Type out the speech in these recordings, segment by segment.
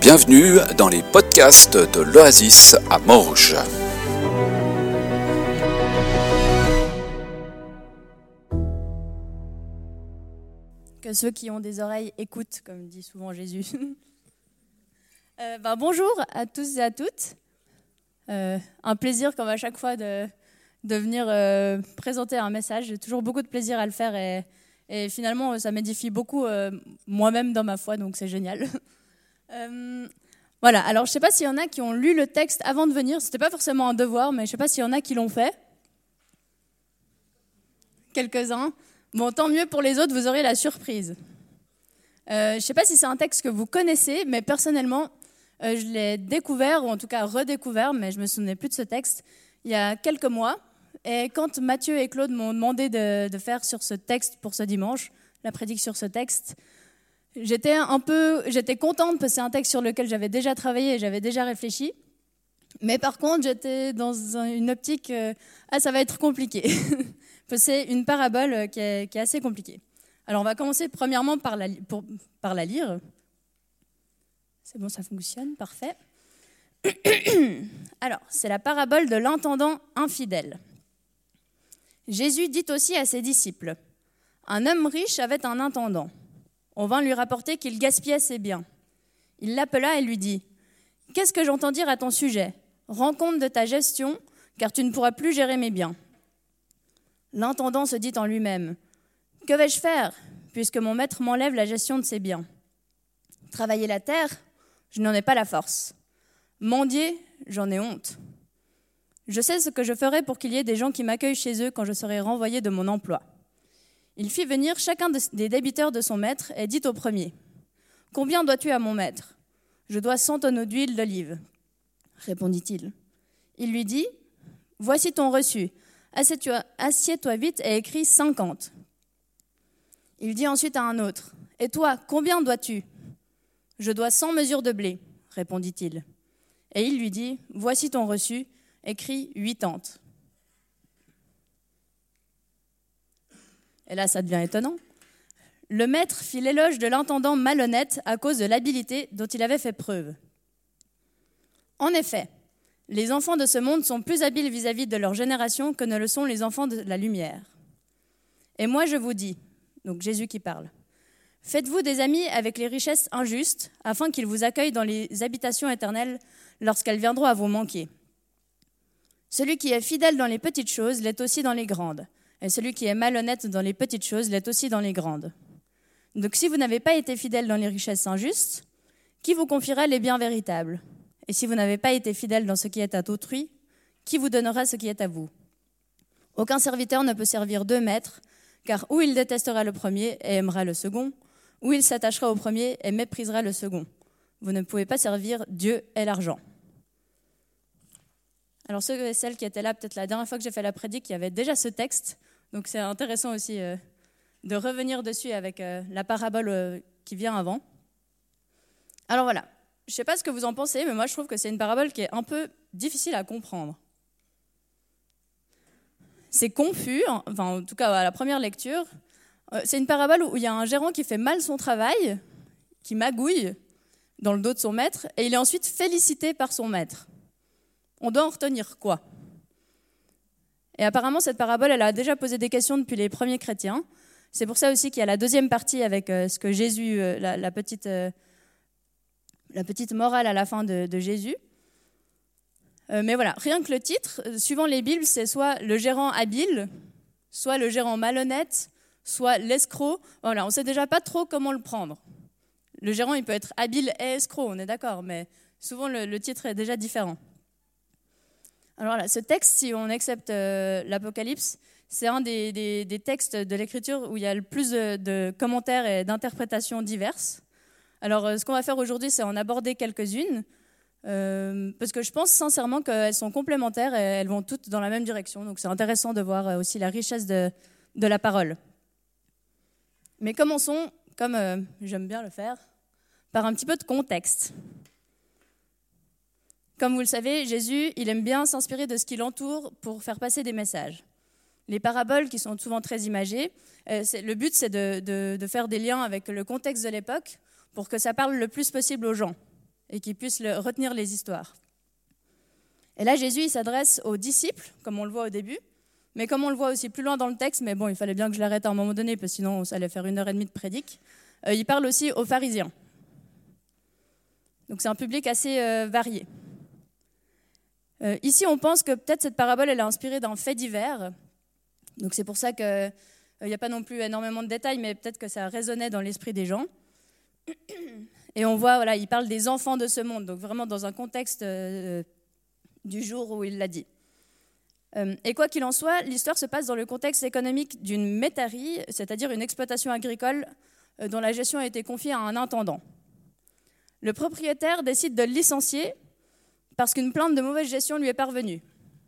Bienvenue dans les podcasts de l'Oasis à Morges. Que ceux qui ont des oreilles écoutent, comme dit souvent Jésus. Bonjour à tous et à toutes. Un plaisir, comme à chaque fois, de venir présenter un message. J'ai toujours beaucoup de plaisir à le faire et finalement, ça m'édifie beaucoup moi-même dans ma foi, donc c'est génial. Voilà, alors je ne sais pas s'il y en a qui ont lu le texte avant de venir. Ce n'était pas forcément un devoir, mais je ne sais pas s'il y en a qui l'ont fait. Quelques-uns. Bon, tant mieux pour les autres, vous aurez la surprise. Je ne sais pas si c'est un texte que vous connaissez, mais personnellement, je l'ai découvert, ou en tout cas redécouvert, mais je ne me souvenais plus de ce texte, il y a quelques mois. Et quand Mathieu et Claude m'ont demandé de faire sur ce texte pour ce dimanche, la prédique sur ce texte, j'étais contente parce que c'est un texte sur lequel j'avais déjà travaillé et j'avais déjà réfléchi. Mais par contre, j'étais dans une optique, ça va être compliqué. C'est une parabole qui est assez compliquée. Alors on va commencer premièrement par la lire. C'est bon, ça fonctionne, parfait. Alors, c'est la parabole de l'intendant infidèle. Jésus dit aussi à ses disciples, « Un homme riche avait un intendant. On vint lui rapporter qu'il gaspillait ses biens. Il l'appela et lui dit, « Qu'est-ce que j'entends dire à ton sujet ? Rends compte de ta gestion, car tu ne pourras plus gérer mes biens. » L'intendant se dit en lui-même, « Que vais-je faire, puisque mon maître m'enlève la gestion de ses biens ? Travailler la terre, je n'en ai pas la force. Mendier, j'en ai honte. Je sais ce que je ferai pour qu'il y ait des gens qui m'accueillent chez eux quand je serai renvoyé de mon emploi. » Il fit venir chacun des débiteurs de son maître et dit au premier, « Combien dois-tu à mon maître ? Je dois 100 tonneaux d'huile d'olive. » Répondit-il. Il lui dit, « Voici ton reçu. Assieds-toi vite et écris 50. » Il dit ensuite à un autre, « Et toi, combien dois-tu ? » « Je dois 100 mesures de blé, répondit-il. Et il lui dit, « Voici ton reçu, écris 80. » Et là, ça devient étonnant. Le maître fit l'éloge de l'intendant malhonnête à cause de l'habileté dont il avait fait preuve. En effet, les enfants de ce monde sont plus habiles vis-à-vis de leur génération que ne le sont les enfants de la lumière. Et moi je vous dis, donc Jésus qui parle, faites-vous des amis avec les richesses injustes, afin qu'ils vous accueillent dans les habitations éternelles lorsqu'elles viendront à vous manquer. Celui qui est fidèle dans les petites choses l'est aussi dans les grandes, et celui qui est malhonnête dans les petites choses l'est aussi dans les grandes. Donc si vous n'avez pas été fidèle dans les richesses injustes, qui vous confiera les biens véritables ? Et si vous n'avez pas été fidèle dans ce qui est à autrui, qui vous donnera ce qui est à vous ? Aucun serviteur ne peut servir 2 maîtres, car ou il détestera le premier et aimera le second, ou il s'attachera au premier et méprisera le second. Vous ne pouvez pas servir Dieu et l'argent. Alors ceux et celles qui étaient là, peut-être la dernière fois que j'ai fait la prédique, il y avait déjà ce texte, donc c'est intéressant aussi de revenir dessus avec la parabole qui vient avant. Alors voilà, je ne sais pas ce que vous en pensez, mais moi je trouve que c'est une parabole qui est un peu difficile à comprendre. C'est confus, en tout cas à la première lecture. C'est une parabole où il y a un gérant qui fait mal son travail, qui magouille dans le dos de son maître, et il est ensuite félicité par son maître. On doit en retenir quoi ? Et apparemment, cette parabole, elle a déjà posé des questions depuis les premiers chrétiens. C'est pour ça aussi qu'il y a la deuxième partie avec ce que Jésus, la petite morale à la fin de Jésus. Mais voilà, rien que le titre, suivant les Bibles, c'est soit le gérant habile, soit le gérant malhonnête, soit l'escroc. Voilà, on ne sait déjà pas trop comment le prendre. Le gérant, il peut être habile et escroc, on est d'accord, mais souvent le titre est déjà différent. Alors voilà, ce texte, si on accepte l'Apocalypse, c'est un des textes de l'Écriture où il y a le plus de commentaires et d'interprétations diverses. Alors ce qu'on va faire aujourd'hui, c'est en aborder quelques-unes, parce que je pense sincèrement qu'elles sont complémentaires et elles vont toutes dans la même direction. Donc c'est intéressant de voir aussi la richesse de la parole. Mais commençons, comme j'aime bien le faire, par un petit peu de contexte. Comme vous le savez, Jésus, il aime bien s'inspirer de ce qui l'entoure pour faire passer des messages. Les paraboles, qui sont souvent très imagées, le but, c'est de faire des liens avec le contexte de l'époque pour que ça parle le plus possible aux gens. et qu'ils puissent retenir les histoires. Et là, Jésus il s'adresse aux disciples, comme on le voit au début, mais comme on le voit aussi plus loin dans le texte, mais bon, il fallait bien que je l'arrête à un moment donné, parce que sinon ça allait faire 1h30 de prédique, il parle aussi aux pharisiens. Donc c'est un public assez varié. Ici, on pense que peut-être cette parabole elle est inspirée d'un fait divers. Donc c'est pour ça qu'il n'y a pas non plus énormément de détails, mais peut-être que ça résonnait dans l'esprit des gens. Et on voit, voilà, il parle des enfants de ce monde, donc vraiment dans un contexte du jour où il l'a dit. Et quoi qu'il en soit, l'histoire se passe dans le contexte économique d'une métairie, c'est-à-dire une exploitation agricole dont la gestion a été confiée à un intendant. Le propriétaire décide de le licencier parce qu'une plainte de mauvaise gestion lui est parvenue.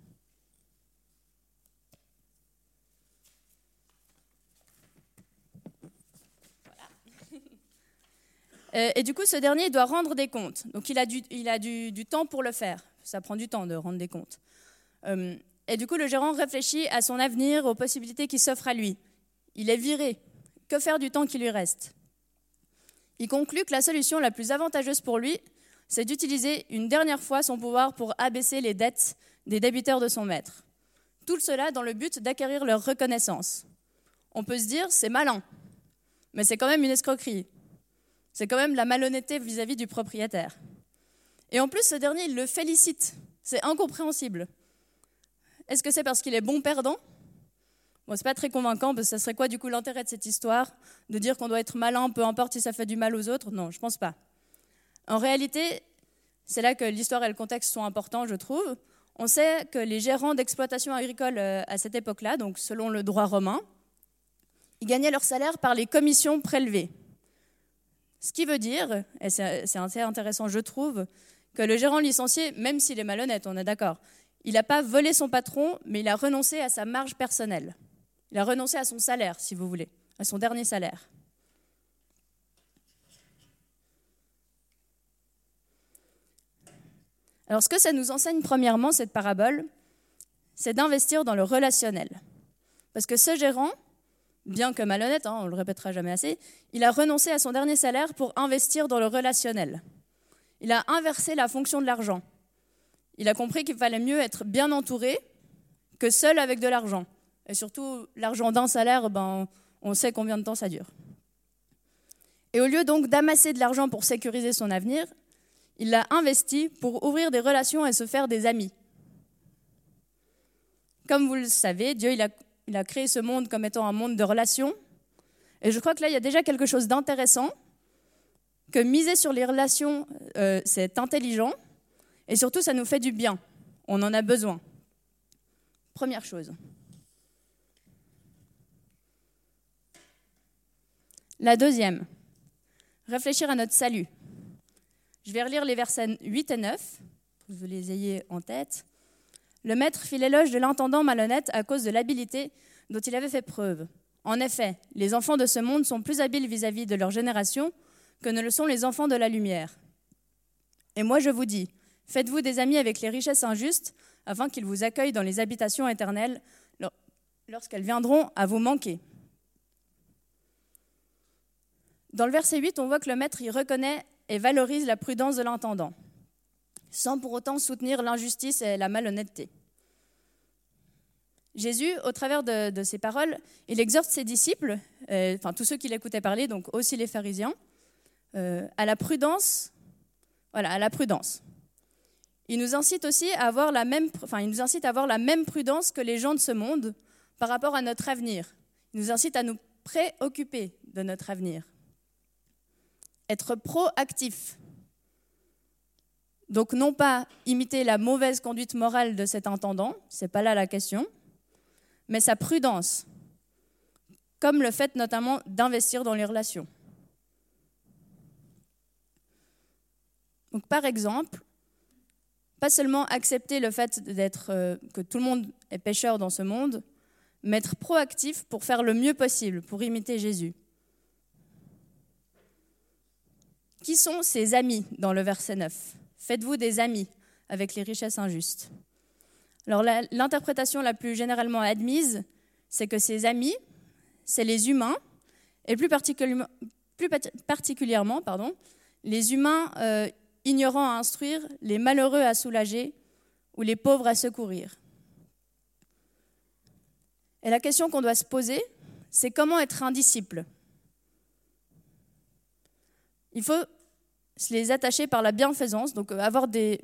Voilà. Et du coup, ce dernier doit rendre des comptes. Donc il a du temps pour le faire. Ça prend du temps de rendre des comptes. Et du coup, le gérant réfléchit à son avenir, aux possibilités qui s'offrent à lui. Il est viré. Que faire du temps qui lui reste ? Il conclut que la solution la plus avantageuse pour lui, c'est d'utiliser une dernière fois son pouvoir pour abaisser les dettes des débiteurs de son maître. Tout cela dans le but d'acquérir leur reconnaissance. On peut se dire, c'est malin, mais c'est quand même une escroquerie. C'est quand même la malhonnêteté vis-à-vis du propriétaire. Et en plus, ce dernier, il le félicite. C'est incompréhensible. Est-ce que c'est parce qu'il est bon perdant ? Bon, c'est pas très convaincant, parce que ça serait quoi du coup l'intérêt de cette histoire ? De dire qu'on doit être malin, peu importe si ça fait du mal aux autres ? Non, je pense pas. En réalité, c'est là que l'histoire et le contexte sont importants, je trouve. On sait que les gérants d'exploitation agricole à cette époque-là, donc selon le droit romain, ils gagnaient leur salaire par les commissions prélevées. Ce qui veut dire, et c'est assez intéressant je trouve, que le gérant licencié, même s'il est malhonnête, on est d'accord, il n'a pas volé son patron, mais il a renoncé à sa marge personnelle. Il a renoncé à son salaire, si vous voulez, à son dernier salaire. Alors, ce que ça nous enseigne premièrement, cette parabole, c'est d'investir dans le relationnel. Parce que ce gérant, bien que malhonnête, on ne le répétera jamais assez, il a renoncé à son dernier salaire pour investir dans le relationnel. Il a inversé la fonction de l'argent. Il a compris qu'il fallait mieux être bien entouré que seul avec de l'argent. Et surtout, l'argent d'un salaire, on sait combien de temps ça dure. Et au lieu donc d'amasser de l'argent pour sécuriser son avenir, il l'a investi pour ouvrir des relations et se faire des amis. Comme vous le savez, Dieu il a créé ce monde comme étant un monde de relations. Et je crois que là, il y a déjà quelque chose d'intéressant, que miser sur les relations, c'est intelligent, et surtout, ça nous fait du bien. On en a besoin. Première chose. La deuxième, réfléchir à notre salut. Je vais relire les versets 8 et 9, pour que vous les ayez en tête. Le maître fit l'éloge de l'intendant malhonnête à cause de l'habileté dont il avait fait preuve. En effet, les enfants de ce monde sont plus habiles vis-à-vis de leur génération que ne le sont les enfants de la lumière. Et moi je vous dis, faites-vous des amis avec les richesses injustes, afin qu'ils vous accueillent dans les habitations éternelles lorsqu'elles viendront à vous manquer. Dans le verset 8, on voit que le maître y reconnaît et valorise la prudence de l'intendant, sans pour autant soutenir l'injustice et la malhonnêteté. Jésus, au travers de ses paroles, il exhorte ses disciples, tous ceux qui l'écoutaient parler, donc aussi les pharisiens, à la prudence. Voilà, à la prudence. Il nous incite aussi à avoir la même prudence que les gens de ce monde par rapport à notre avenir. Il nous incite à nous préoccuper de notre avenir. Être proactif. Donc non pas imiter la mauvaise conduite morale de cet intendant, c'est pas là la question, mais sa prudence, comme le fait notamment d'investir dans les relations. Donc par exemple, pas seulement accepter le fait que tout le monde est pécheur dans ce monde, mais être proactif pour faire le mieux possible, pour imiter Jésus. Qui sont ses amis dans le verset 9 ? Faites-vous des amis avec les richesses injustes. Alors l'interprétation la plus généralement admise, c'est que ces amis, c'est les humains, et plus particulièrement les humains ignorants à instruire, les malheureux à soulager ou les pauvres à secourir. Et la question qu'on doit se poser, c'est comment être un disciple. Il faut se les attacher par la bienfaisance, donc avoir des...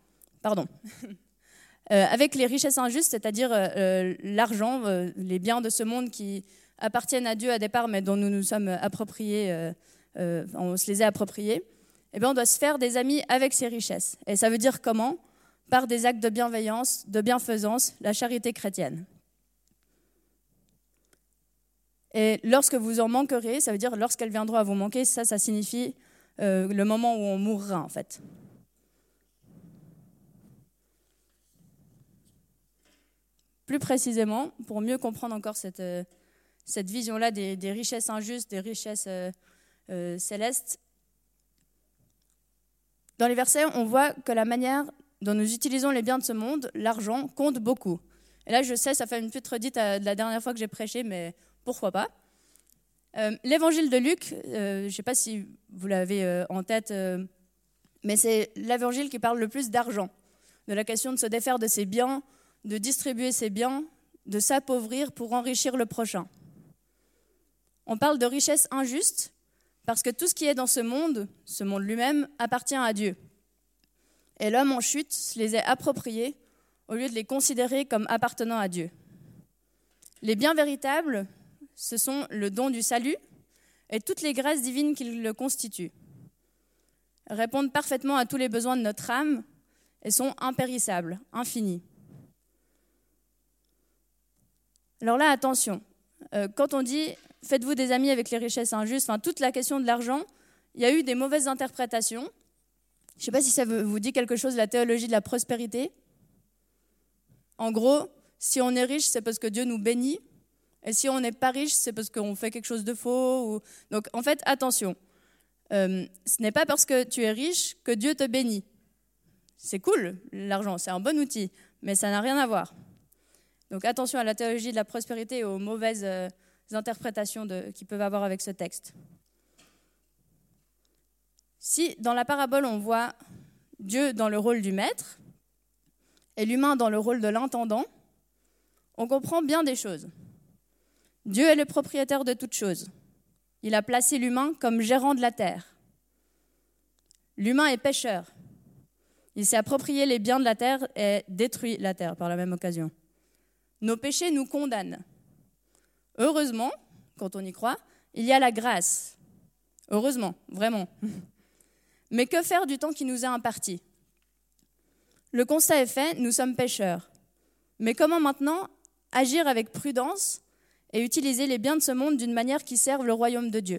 avec les richesses injustes, c'est-à-dire l'argent, les biens de ce monde qui appartiennent à Dieu à départ, mais dont nous nous sommes appropriés, on se les a appropriés, eh bien on doit se faire des amis avec ces richesses. Et ça veut dire comment ? Par des actes de bienveillance, de bienfaisance, la charité chrétienne. Et lorsque vous en manquerez, ça veut dire lorsqu'elles viendront à vous manquer, ça signifie le moment où on mourra en fait. Plus précisément, pour mieux comprendre encore cette vision-là des richesses injustes, des richesses célestes, dans les versets, on voit que la manière dont nous utilisons les biens de ce monde, l'argent, compte beaucoup. Et là, je sais, ça fait une petite redite de la dernière fois que j'ai prêché, mais pourquoi pas. L'évangile de Luc, je ne sais pas si vous l'avez en tête, mais c'est l'évangile qui parle le plus d'argent, de la question de se défaire de ses biens, de distribuer ses biens, de s'appauvrir pour enrichir le prochain. On parle de richesse injuste parce que tout ce qui est dans ce monde lui-même, appartient à Dieu. Et l'homme en chute se les est appropriés au lieu de les considérer comme appartenant à Dieu. Les biens véritables, ce sont le don du salut et toutes les grâces divines qui le constituent. Répondent parfaitement à tous les besoins de notre âme et sont impérissables, infinis. Alors là, attention, quand on dit « faites-vous des amis avec les richesses injustes », toute la question de l'argent, il y a eu des mauvaises interprétations. Je ne sais pas si ça vous dit quelque chose, la théologie de la prospérité. En gros, si on est riche, c'est parce que Dieu nous bénit, et si on n'est pas riche, c'est parce qu'on fait quelque chose de faux. Donc en fait, attention, ce n'est pas parce que tu es riche que Dieu te bénit. C'est cool, l'argent, c'est un bon outil, mais ça n'a rien à voir. Donc attention à la théologie de la prospérité et aux mauvaises interprétations qu'ils peuvent avoir avec ce texte. Si dans la parabole on voit Dieu dans le rôle du maître et l'humain dans le rôle de l'intendant, on comprend bien des choses. Dieu est le propriétaire de toutes choses. Il a placé l'humain comme gérant de la terre. L'humain est pécheur. Il s'est approprié les biens de la terre et détruit la terre par la même occasion. Nos péchés nous condamnent. Heureusement, quand on y croit, il y a la grâce. Heureusement, vraiment. Mais que faire du temps qui nous est imparti ? Le constat est fait, nous sommes pécheurs. Mais comment maintenant agir avec prudence et utiliser les biens de ce monde d'une manière qui serve le royaume de Dieu ?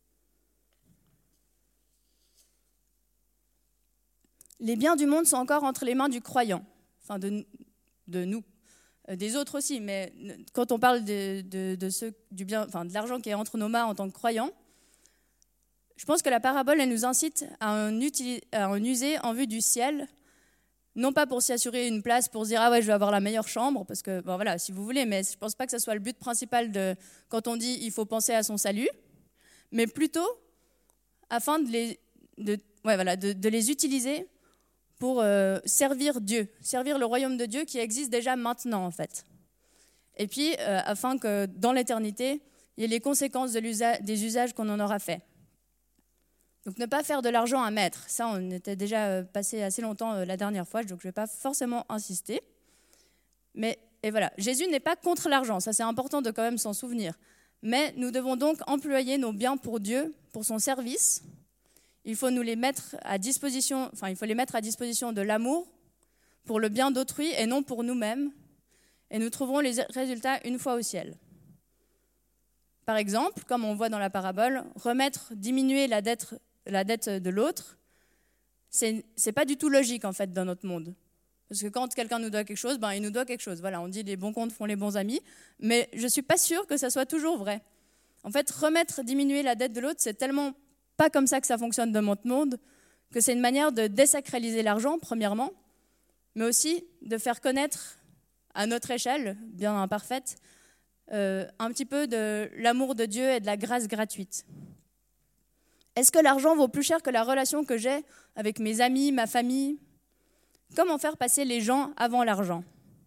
Les biens du monde sont encore entre les mains du croyant, enfin de nous. Des autres aussi, mais quand on parle du bien, enfin de l'argent qui est entre nos mains en tant que croyants, je pense que la parabole elle nous incite à en user en vue du ciel, non pas pour s'y assurer une place, pour se dire ah ouais je vais avoir la meilleure chambre, parce que bon voilà si vous voulez, mais je pense pas que ce soit le but principal quand on dit il faut penser à son salut, mais plutôt afin de les utiliser pour servir Dieu, servir le royaume de Dieu qui existe déjà maintenant en fait. Et puis, afin que dans l'éternité, il y ait les conséquences des usages qu'on en aura fait. Donc ne pas faire de l'argent un maître, ça on était déjà passé assez longtemps la dernière fois, donc je ne vais pas forcément insister. Et voilà, Jésus n'est pas contre l'argent, ça c'est important de quand même s'en souvenir. Mais nous devons donc employer nos biens pour Dieu, pour son service. Il faut les mettre à disposition de l'amour pour le bien d'autrui et non pour nous-mêmes. Et nous trouverons les résultats une fois au ciel. Par exemple, comme on voit dans la parabole, diminuer la dette de l'autre, c'est pas du tout logique en fait dans notre monde. Parce que quand quelqu'un nous doit quelque chose, il nous doit quelque chose. Voilà, on dit les bons comptes font les bons amis, mais je suis pas sûre que ça soit toujours vrai. En fait, diminuer la dette de l'autre, c'est tellement pas comme ça que ça fonctionne dans notre monde, que c'est une manière de désacraliser l'argent, premièrement, mais aussi de faire connaître à notre échelle, bien imparfaite, un petit peu de l'amour de Dieu et de la grâce gratuite. Est-ce que l'argent vaut plus cher que la relation que j'ai avec mes amis, ma famille? Comment faire passer les gens avant l'argent?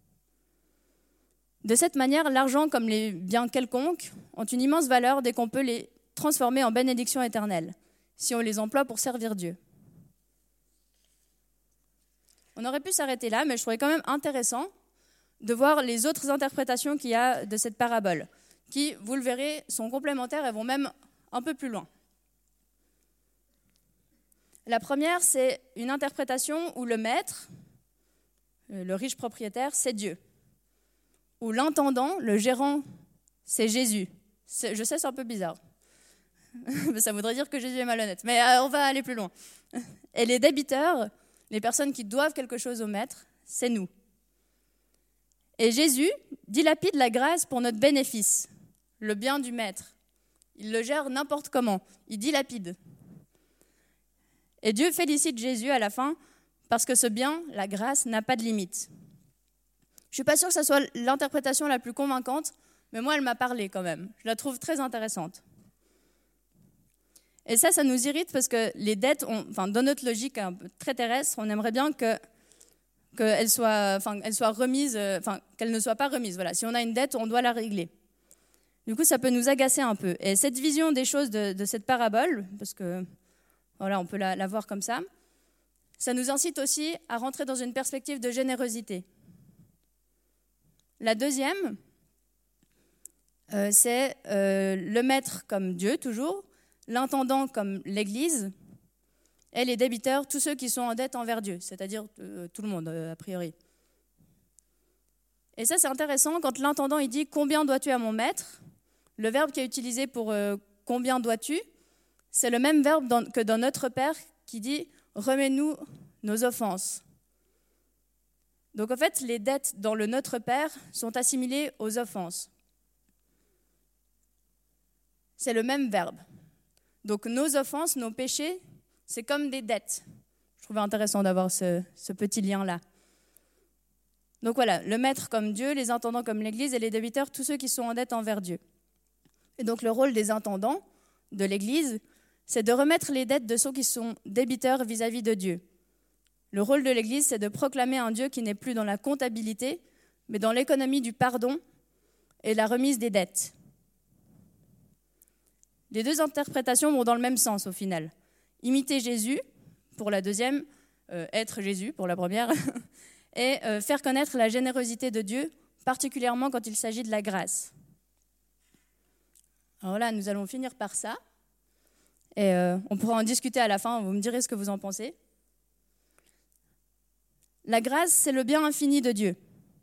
De cette manière, l'argent, comme les biens quelconques, ont une immense valeur dès qu'on peut les transformer en bénédictions éternelles, si on les emploie pour servir Dieu. On aurait pu s'arrêter là, mais je trouvais quand même intéressant de voir les autres interprétations qu'il y a de cette parabole, qui, vous le verrez, sont complémentaires et vont même un peu plus loin. La première, c'est une interprétation où le maître, le riche propriétaire, c'est Dieu. Où l'intendant, le gérant, c'est Jésus. Je sais, c'est un peu bizarre. Ça voudrait dire que Jésus est malhonnête. Mais on va aller plus loin. Et les débiteurs, les personnes qui doivent quelque chose au maître, c'est nous. Et Jésus dilapide la grâce pour notre bénéfice, le bien du maître. Il le gère n'importe comment. Il dilapide. Et Dieu félicite Jésus à la fin parce que ce bien, la grâce, n'a pas de limite. Je ne suis pas sûre que ce soit l'interprétation la plus convaincante, mais moi, elle m'a parlé quand même. Je la trouve très intéressante. Et ça nous irrite parce que les dettes, dans notre logique un peu très terrestre, on aimerait bien qu'elle soit remise, qu'elle ne soit pas remise. Voilà. Si on a une dette, on doit la régler. Du coup, ça peut nous agacer un peu. Et cette vision des choses de cette parabole, parce que voilà, on peut la voir comme ça nous incite aussi à rentrer dans une perspective de générosité. La deuxième, c'est le maître comme Dieu, toujours, l'intendant comme l'Église, et les débiteurs, tous ceux qui sont en dette envers Dieu, c'est-à-dire tout le monde, a priori. Et ça, c'est intéressant, quand l'intendant il dit « Combien dois-tu à mon maître ?» Le verbe qui est utilisé pour « Combien dois-tu ?» c'est le même verbe que dans Notre Père qui dit « Remets-nous nos offenses ». Donc en fait, les dettes dans le Notre Père sont assimilées aux offenses. C'est le même verbe. Donc nos offenses, nos péchés, c'est comme des dettes. Je trouvais intéressant d'avoir ce petit lien-là. Donc voilà, le maître comme Dieu, les intendants comme l'Église et les débiteurs, tous ceux qui sont en dette envers Dieu. Et donc le rôle des intendants de l'Église, c'est de remettre les dettes de ceux qui sont débiteurs vis-à-vis de Dieu. Le rôle de l'Église, c'est de proclamer un Dieu qui n'est plus dans la comptabilité, mais dans l'économie du pardon et la remise des dettes. Les deux interprétations vont dans le même sens au final. Imiter Jésus, pour la deuxième, être Jésus, pour la première, et faire connaître la générosité de Dieu, particulièrement quand il s'agit de la grâce. Alors là, nous allons finir par ça, et on pourra en discuter à la fin, vous me direz ce que vous en pensez. La grâce, c'est le bien infini de Dieu.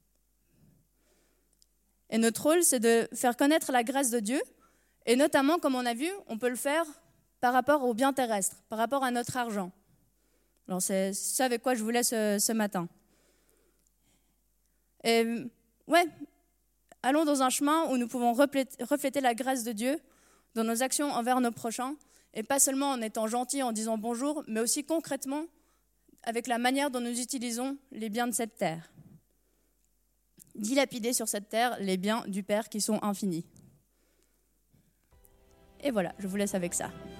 Et notre rôle, c'est de faire connaître la grâce de Dieu, et notamment, comme on a vu, on peut le faire par rapport aux biens terrestres, par rapport à notre argent. Alors c'est ça avec quoi je vous laisse ce matin. Et ouais, allons dans un chemin où nous pouvons refléter la grâce de Dieu dans nos actions envers nos prochains, et pas seulement en étant gentils, en disant bonjour, mais aussi concrètement avec la manière dont nous utilisons les biens de cette terre. Dilapider sur cette terre les biens du Père qui sont infinis. Et voilà, je vous laisse avec ça.